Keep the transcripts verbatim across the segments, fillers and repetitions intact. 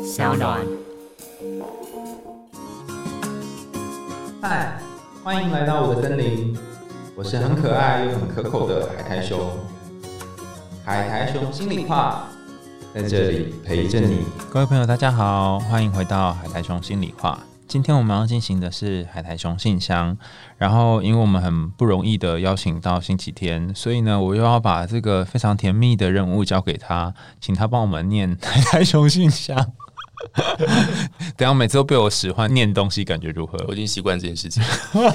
小暖。 嗨，欢迎来到我的森林，我是很可爱又很可口的海苔熊。海苔熊心里话，在这里陪着你。 各位朋友大家好，欢迎回到海苔熊心里话。今天我们要进行的是海苔熊信箱，然后因为我们很不容易的邀请到星期天，所以呢我又要把这个非常甜蜜的任务交给他，请他帮我们念海苔熊信箱。等一下每次都被我使唤念东西，感觉如何？ 我已经习惯这件事情。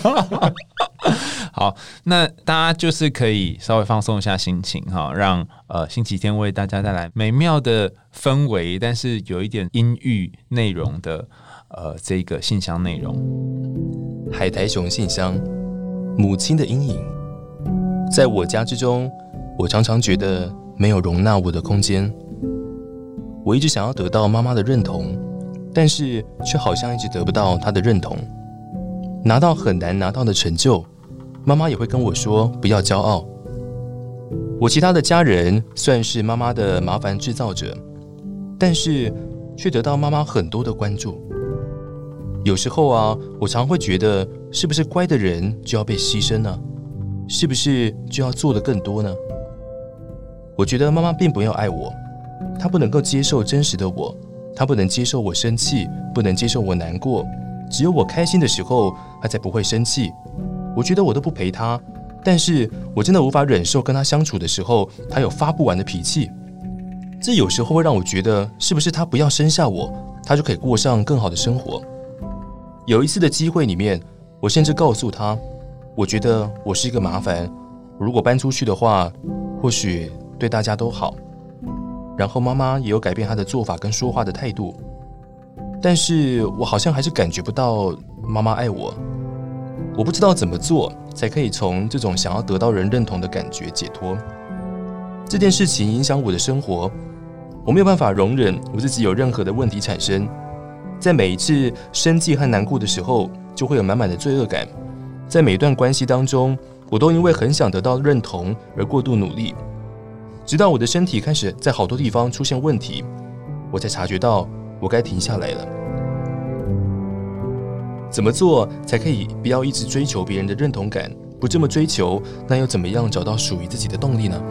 好，那大家就是可以稍微放松一下心情哈，让呃星期天为大家带来美妙的氛围，但是有一点阴郁内容的呃这个信箱内容。 海苔熊信箱，母亲的阴影。在我家之中，我常常觉得没有容纳我的空间。我一直想要得到妈妈的认同，但是却好像一直得不到她的认同。拿到很难拿到的成就，妈妈也会跟我说不要骄傲。我其他的家人算是妈妈的麻烦制造者，但是却得到妈妈很多的关注。有时候啊，我常会觉得是不是乖的人就要被牺牲呢？是不是就要做得更多呢？我觉得妈妈并不要爱我，她不能够接受真实的我，她不能接受我生气，不能接受我难过。只有我开心的时候，她才不会生气。我觉得我都不陪她，但是我真的无法忍受跟她相处的时候，她有发不完的脾气。这有时候会让我觉得，是不是她不要生下我，她就可以过上更好的生活？有一次的机会里面，我甚至告诉她，我觉得我是一个麻烦，如果搬出去的话，或许对大家都好。然后妈妈也有改变她的做法跟说话的态度，但是我好像还是感觉不到妈妈爱我。我不知道怎么做才可以从这种想要得到人认同的感觉解脱。这件事情影响我的生活，我没有办法容忍我自己有任何的问题产生。在每一次生气和难过的时候，就会有满满的罪恶感。在每一段关系当中，我都因为很想得到认同而过度努力，直到我的身体开始在好多地方出现问题，我才察觉到我该停下来了。怎么做才可以不要一直追求别人的认同感？不这么追求，那又怎么样找到属于自己的动力呢？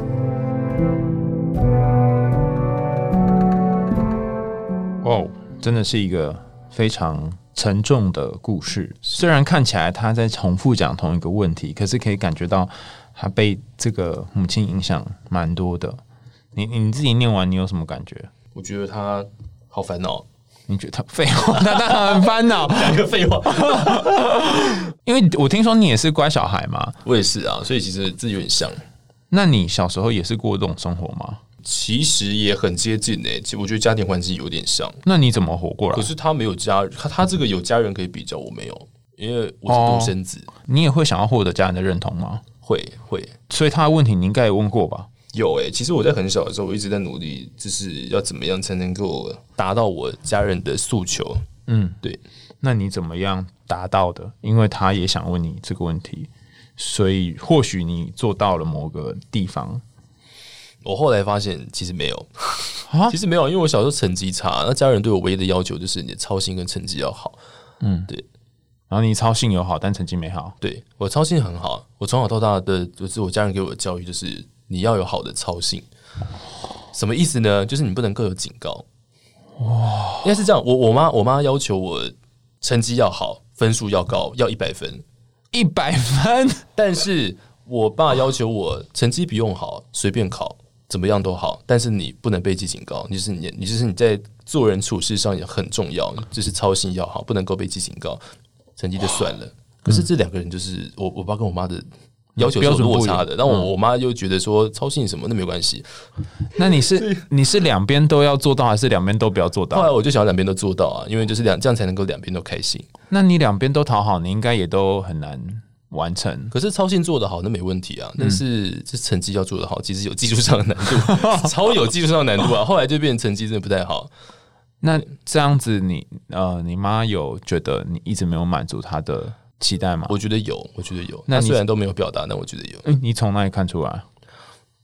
哇，真的是一个非常沉重的故事。虽然看起来他在重复讲同一个问题，可是可以感觉到他被这个母亲影响蛮多的。你你自己念完，你有什么感觉？ 我觉得他好烦恼。 你觉得他废话？他当然很烦恼， 讲个废话。 因为我听说你也是乖小孩嘛。 我也是啊，所以其实这有点像。 那你小时候也是过这种生活吗？ 其实也很接近诶、欸，其实我觉得家庭环境有点像。 那你怎么活过来？ 可是他没有家，他他这个有家人可以比较，我没有，因为我是独生子。哦、 你也会想要获得家人的认同吗？ 会会。 所以他的问题你应该也问过吧？ 有诶、欸，其实我在很小的时候，我一直在努力，就是要怎么样才能够达到我家人的诉求。嗯，对。 那你怎么样达到的？因为他也想问你这个问题，所以或许你做到了某个地方。 我后来发现其实没有，其实没有，因为我小时候成绩差，那家人对我唯一的要求就是你的操行跟成绩要好。嗯，对。 然后你操性有好，但成绩没好。 对，我操性很好，我从小到大的就是我家人给我的教育就是你要有好的操性。什么意思呢？就是你不能够有警告。哇，应该是这样。我我妈我妈要求我成绩要好，分数要高，要一百分， 一百分。 但是我爸要求我成绩不用好，随便考。怎么样都好，但是你不能被记警告，你就是你，你就是你在做人处事上也很重要，就是操心要好，不能够被记警告，成绩就算了。可是这两个人就是我，我爸跟我妈的要求是有落差的，但我我妈又觉得说操心什么那没关系。 那你是你是两边都要做到，还是两边都不要做到？ 后来我就想要两边都做到啊，因为就是两这样才能够两边都开心。 那你两边都讨好，你应该也都很难完成。 可是操性做得好那没问题啊，但是这成绩要做得好其实有技术上的难度超有技术上的难度啊，后来就变成成绩真的不太好。 那这样子你呃，你妈有觉得你一直没有满足她的期待吗？ 我觉得有，我觉得有。那虽然都没有表达，但我觉得有。 欸、你从哪里看出来？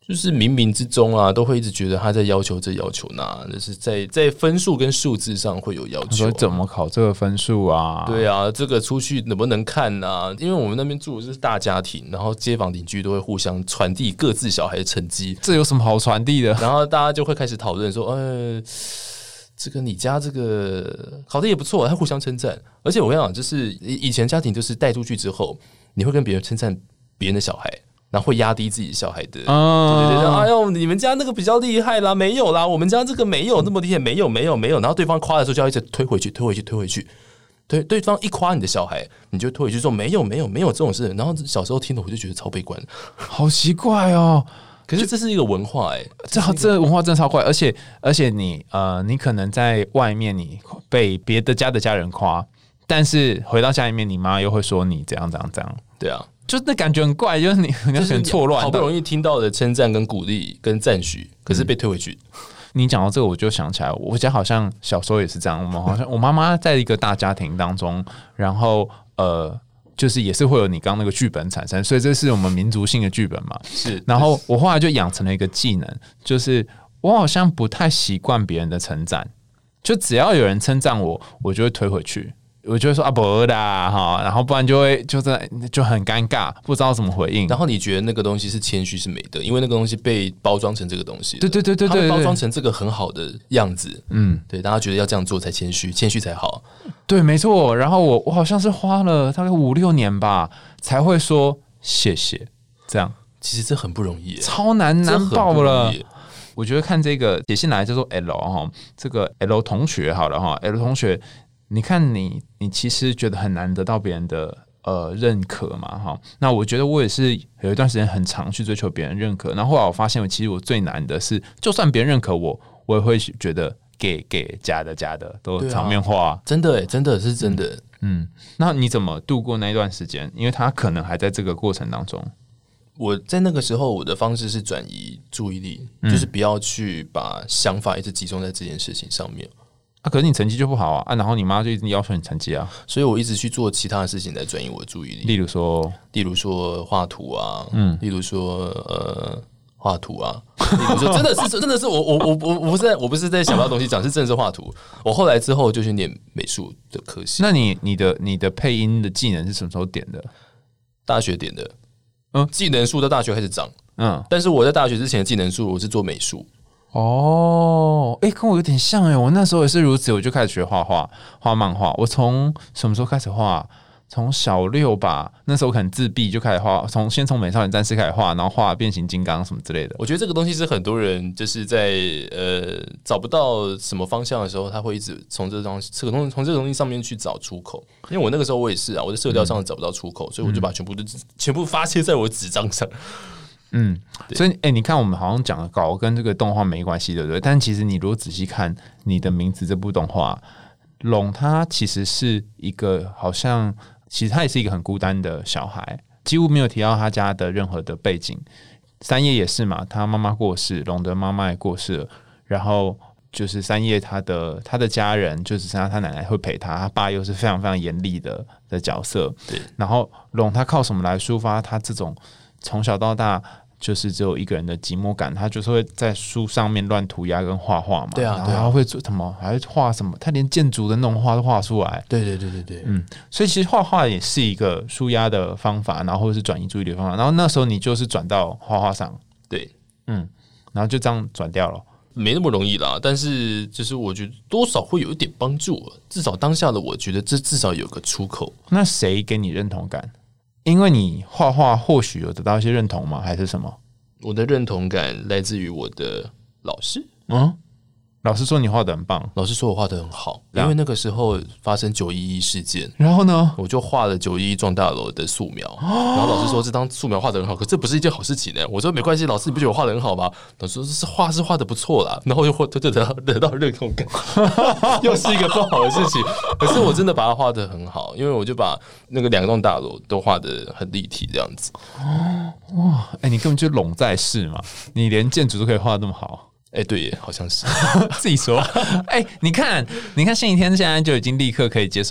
就是冥冥之中啊，都会一直觉得他在要求这要求那，就是在在分数跟数字上会有要求、啊。 说怎么考这个分数啊？ 对啊，这个出去能不能看啊？因为我们那边住的是大家庭，然后街坊邻居都会互相传递各自小孩的成绩， 这有什么好传递的？ 然后大家就会开始讨论说，呃。这个你家这个考得也不错，他互相称赞。而且我跟你讲，就是以前家庭就是带出去之后，你会跟别人称赞别人的小孩，然后会压低自己小孩的。哦、对对对，哎呦，你们家那个比较厉害啦，没有啦，我们家这个没有那么厉害，没有没有没有。然后对方夸的时候就要一直推回去，推回去，推回去。对，对方一夸你的小孩，你就推回去说没有没有没有这种事。然后小时候听了我就觉得超悲观， 好奇怪哦。 可是这是一个文化哎、欸， 这这文化真的超怪，而且而且你呃，你可能在外面你被别的家的家人夸，但是回到家里面，你妈又会说你怎样怎样怎样。 对啊， 就那感觉很怪，就是你你很错乱， 好不容易听到的称赞跟鼓励跟赞许，可是被推回去。 嗯、你讲到这个，我就想起来，我家好像小时候也是这样，我们好像我妈妈在一个大家庭当中，然后呃。就是也是会有你刚刚那个剧本产生，所以这是我们民族性的剧本嘛。 是， 然后我后来就养成了一个技能，就是我好像不太习惯别人的称赞，就只要有人称赞我，我就会推回去，我就会说啊不啦哈，然后不然就会就在就很尴尬，不知道怎么回应。 然后你觉得那个东西是谦虚是美德，因为那个东西被包装成这个东西， 对对对对 对, 对, 对， 包装成这个很好的样子，嗯，对，大家觉得要这样做才谦虚，谦虚才好。 对，没错。然后我我好像是花了大概五六年吧，才会说谢谢。这样其实这很不容易， 超难难爆了。我觉得看这个写信来叫做 L 哈，这个 L 同学好了哈 ，L 同学，你看你你其实觉得很难得到别人的呃认可嘛哈。那我觉得我也是有一段时间很常去追求别人认可，然后后来我发现，其实我最难的是，就算别人认可我，我也会觉得。给给假的假的都场面话、啊， 真的哎，真的是真的嗯。嗯，那你怎么度过那一段时间？因为他可能还在这个过程当中。 我在那个时候，我的方式是转移注意力，嗯、就是不要去把想法一直集中在这件事情上面。 啊，可是你成绩就不好 啊, 啊，然后你妈就一直要求你成绩啊， 所以我一直去做其他的事情来转移我的注意力。 例如说， 例如说画图啊，嗯，例如说呃。画图啊，你说真的是真的是我我我我我不是在我不是在想到东西讲，是真的是画图。我后来之后就去念美术的科系。 那你你的你的配音的技能是什么时候点的？ 大学点的，嗯，技能树在大学开始长，嗯，但是我在大学之前的技能树我是做美术。 哦，哎、欸，跟我有点像哎、欸，我那时候也是如此，我就开始学画画，画漫画。我从什么时候开始画？从小六吧，那时候可能自闭就开始画，从先从美少女战士开始画，然后画变形金刚什么之类的。 我觉得这个东西是很多人就是在呃找不到什么方向的时候，他会一直从这东这个东从这个东西上面去找出口。因为我那个时候我也是啊，我在社交上找不到出口，嗯、所以我就把全部的全部发泄在我纸张上。 嗯，所以哎、欸，你看我们好像讲的稿跟这个动画没关系，对不对？但其实你如果仔细看《你的名字》这部动画，龙他其实是一个好像。其实他也是一个很孤单的小孩，几乎没有提到他家的任何的背景。三叶也是嘛，他妈妈过世，龙的妈妈也过世了，然后就是三叶他的他的家人就只剩下他奶奶会陪他，他爸又是非常非常严厉的的角色。 对， 然后龙他靠什么来抒发他这种从小到大就是只有一个人的寂寞感？他就是会在书上面乱涂鸦跟画画嘛。 对啊， 然后会做什么？还会画什么？他连建筑的那种画都画出来。 对对对对对， 嗯，所以其实画画也是一个抒压的方法，然后或者是转移注意力的方法。然后那时候你就是转到画画上， 对， 嗯，然后就这样转掉了。 没那么容易啦，但是就是我觉得多少会有一点帮助，至少当下的我觉得这至少有个出口。 那谁给你认同感？因为你画画或许有得到一些认同吗？还是什么？ 我的认同感来自于我的老师。 嗯，老师说你画得很棒， 老师说我画得很好，因为那个时候发生九一一事件， 然后呢， 我就画了九一一撞大楼的素描，哦、然后老师说这张素描画得很好，可这不是一件好事情呢。我说没关系，老师你不觉得我画得很好吗？老师说是画是画得不错啦，然后又就得到得到认同感，又是一个不好的事情。可是我真的把它画得很好，因为我就把那个两栋大楼都画得很立体，这样子。 哇，哎、欸，你根本就龙在世嘛，你连建筑都可以画得那么好。 哎、欸，对耶，好像是自己说。哎、欸，你看，你看，星期天现在就已经立刻可以接受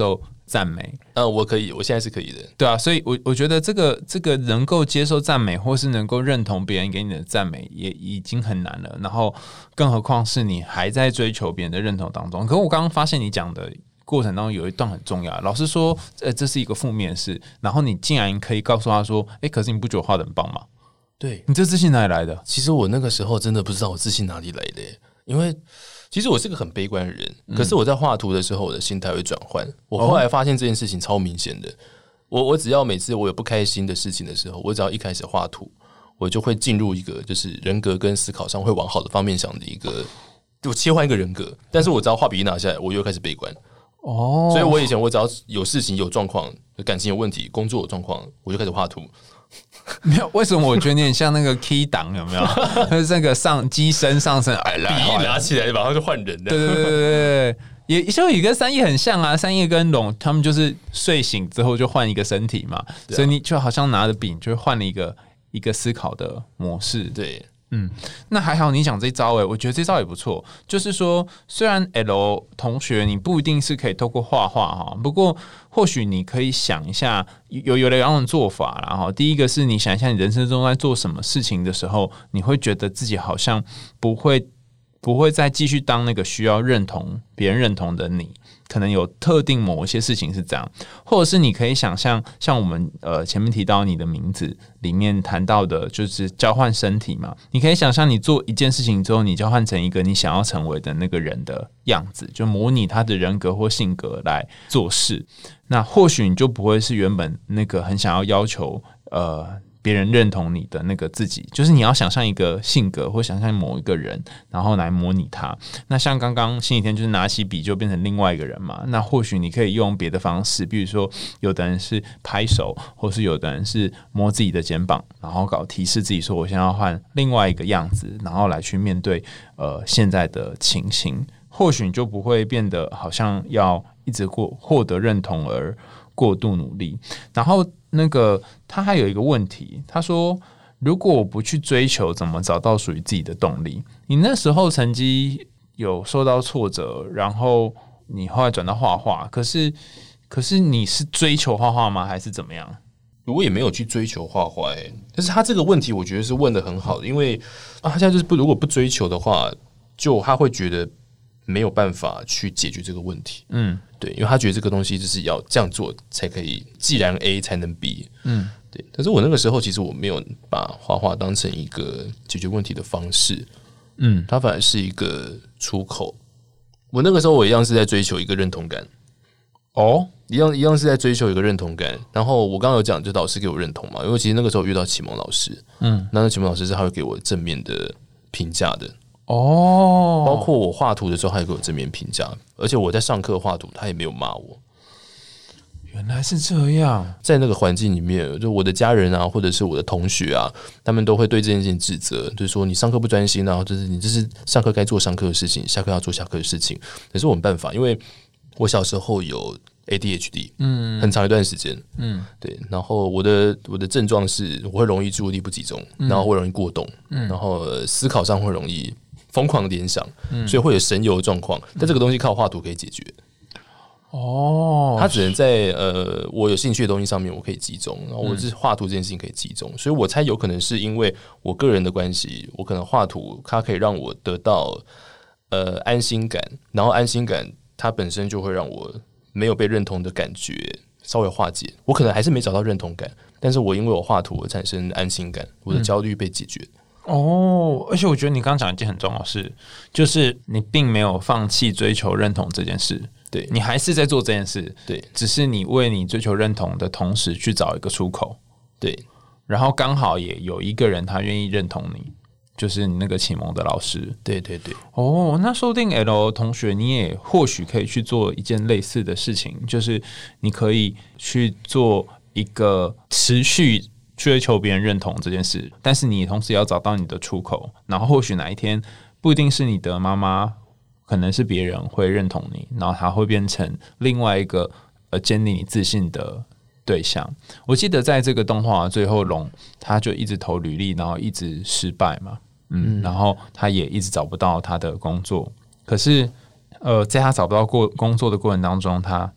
赞美。 嗯，我可以，我现在是可以的。 对啊，所以我我觉得这个这个能够接受赞美，或是能够认同别人给你的赞美，也已经很难了。然后，更何况是你还在追求别人的认同当中。可是我刚刚发现你讲的过程当中有一段很重要，老师说，呃，这是一个负面的事，然后你竟然可以告诉他说，哎，可是你不觉得我画得很棒吗？ 对， 你这自信哪里来的？ 其实我那个时候真的不知道我自信哪里来的，因为其实我是个很悲观的人，嗯、可是我在画图的时候，我的心态会转换。我后来发现这件事情超明显的，我我只要每次我有不开心的事情的时候，我只要一开始画图，我就会进入一个就是人格跟思考上会往好的方面想的一个，就切换一个人格。但是我只要画笔一拿下来，我又开始悲观。哦，所以我以前我只要有事情有状况，感情有问题，工作有状况，我就开始画图。 没有，为什么我觉得你很像那个 key 档有没有？就是那个上机身上身，哎， 笔一拿起来马上就换人的。 对对对对对，也就也跟三叶很像啊。三叶跟龙他们就是睡醒之后就换一个身体嘛，啊、所以你就好像拿着笔，就换了一个一个思考的模式。 对。 嗯，那还好你讲这招哎，我觉得这招也不错。就是说，虽然 L 同学你不一定是可以透过画画哈，不过或许你可以想一下，有有两种做法啦哈。第一个是你想一下你人生中在做什么事情的时候，你会觉得自己好像不会不会再继续当那个需要认同别人认同的你。可能有特定某一些事情是这样，或者是你可以想象，像我们呃前面提到你的名字里面谈到的，就是交换身体嘛。你可以想象，你做一件事情之后，你交换成一个你想要成为的那个人的样子，就模拟他的人格或性格来做事。那或许你就不会是原本那个很想要要求呃。别人认同你的那个自己，就是你要想象一个性格或想象某一个人，然后来模拟他。那像刚刚星期天就是拿起笔就变成另外一个人嘛，那或许你可以用别的方式，比如说有的人是拍手，或是有的人是摸自己的肩膀，然后搞提示自己说我现在要换另外一个样子，然后来去面对呃现在的情形。或许你就不会变得好像要一直过获得认同而过度努力。然后那个他还有一个问题，他说如果我不去追求，怎么找到属于自己的动力？你那时候成绩有受到挫折，然后你后来转到画画，可是可是你是追求画画吗？还是怎么样？ 我也没有去追求画画、欸，但是他这个问题我觉得是问得很好的，因为啊，他现在就是不如果不追求的话，就他会觉得没有办法去解决这个问题。嗯，对，因为他觉得这个东西就是要这样做才可以，既然 A 才能 B。嗯，对。但是我那个时候其实我没有把画画当成一个解决问题的方式，嗯，它反而是一个出口。我那个时候我一样是在追求一个认同感。哦，一样一样是在追求一个认同感。然后我刚刚有讲，就老师给我认同嘛，因为其实那个时候遇到启蒙老师，嗯，那那启蒙老师是他会给我正面的评价的。哦，包括我画图的时候，他也给我正面评价，而且我在上课画图，他也没有骂我。 原来是这样， 在那个环境里面，就我的家人啊，或者是我的同学啊，他们都会对这件事情指责，就是说你上课不专心，然后就是你这是上课该做上课的事情，下课要做下课的事情。可是我没办法，因为我小时候有 A D H D， 嗯，很长一段时间，嗯，对，然后我的我的症状是我会容易注意力不集中，然后会容易过动，嗯，然后思考上会容易疯狂联想，嗯，所以会有神游的状况。但这个东西靠画图可以解决。哦，它只能在呃我有兴趣的东西上面我可以集中，然后我是画图这件事情可以集中，所以我猜有可能是因为我个人的关系，我可能画图它可以让我得到呃安心感，然后安心感它本身就会让我没有被认同的感觉稍微化解。我可能还是没找到认同感，但是我因为我画图我产生安心感，我的焦虑被解决。 嗯哦，而且我觉得你刚刚讲一件很重要的事，就是你并没有放弃追求认同这件事， 对， 你还是在做这件事， 对， 只是你为你追求认同的同时去找一个出口， 对， 然后刚好也有一个人他愿意认同你，就是你那个启蒙的老师， 对对对。 哦，那说不定 L 同学你也或许可以去做一件类似的事情，就是你可以去做一个持续追求别人认同这件事，但是你同时也要找到你的出口，然后或许哪一天不一定是你的妈妈，可能是别人会认同你，然后他会变成另外一个呃建立你自信的对象。我记得在这个动画最后龙他就一直投履历，然后一直失败嘛，嗯，嗯然后他也一直找不到他的工作，可是呃在他找不到过工作的过程当中，他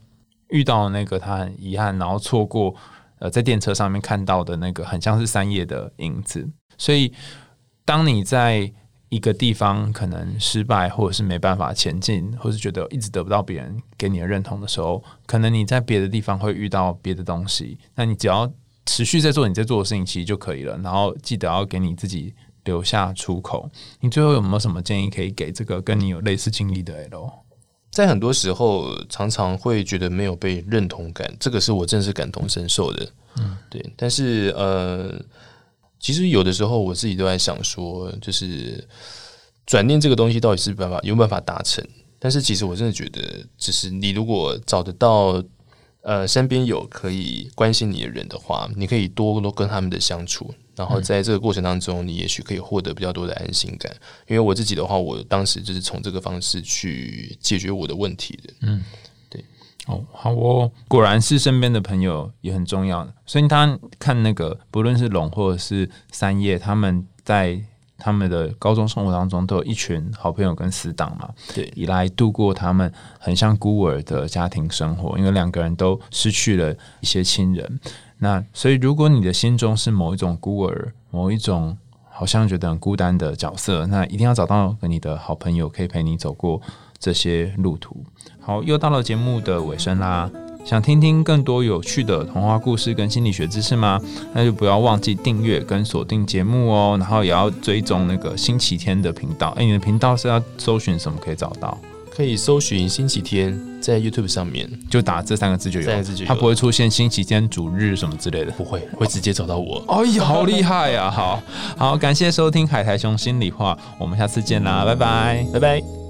遇到那个他很遗憾，然后错过呃在电车上面看到的那个很像是三叶的影子。所以当你在一个地方可能失败，或者是没办法前进，或是觉得一直得不到别人给你的认同的时候，可能你在别的地方会遇到别的东西，那你只要持续在做你在做的事情其实就可以了，然后记得要给你自己留下出口。你最后有没有什么建议可以给这个跟你有类似经历的 L？ 在很多时候常常会觉得没有被认同感，这个是我真的是感同身受的。嗯，对。但是呃，其实有的时候我自己都在想说，就是转念这个东西到底是办法有没有办法达成？但是其实我真的觉得，就是你如果找得到呃身边有可以关心你的人的话，你可以多多跟他们的相处，然后在这个过程当中，你也许可以获得比较多的安心感。因为我自己的话，我当时就是从这个方式去解决我的问题的。嗯，对。 哦，好哦，果然是身边的朋友也很重要的。所以他看那个，不论是龙或者是三叶，他们在他们的高中生活当中都有一群好朋友跟死党嘛， 对， 以来度过他们很像孤儿的家庭生活，因为两个人都失去了一些亲人。那所以如果你的心中是某一种孤儿，某一种好像觉得很孤单的角色，那一定要找到你的好朋友可以陪你走过这些路途。好，又到了节目的尾声啦，想听听更多有趣的童话故事跟心理学知识吗？那就不要忘记订阅跟锁定节目哦，然后也要追踪那个星期天的频道。哎，你的频道是要搜寻什么可以找到？ 可以搜寻星期天，在 YouTube 上面就打这三个字就有， 三个字就有， 它不会出现星期天主日什么之类的， 不会，会直接找到我。 哎呀，好厉害呀！好好，感谢收听海苔熊心里话，我们下次见啦，拜拜， 拜拜。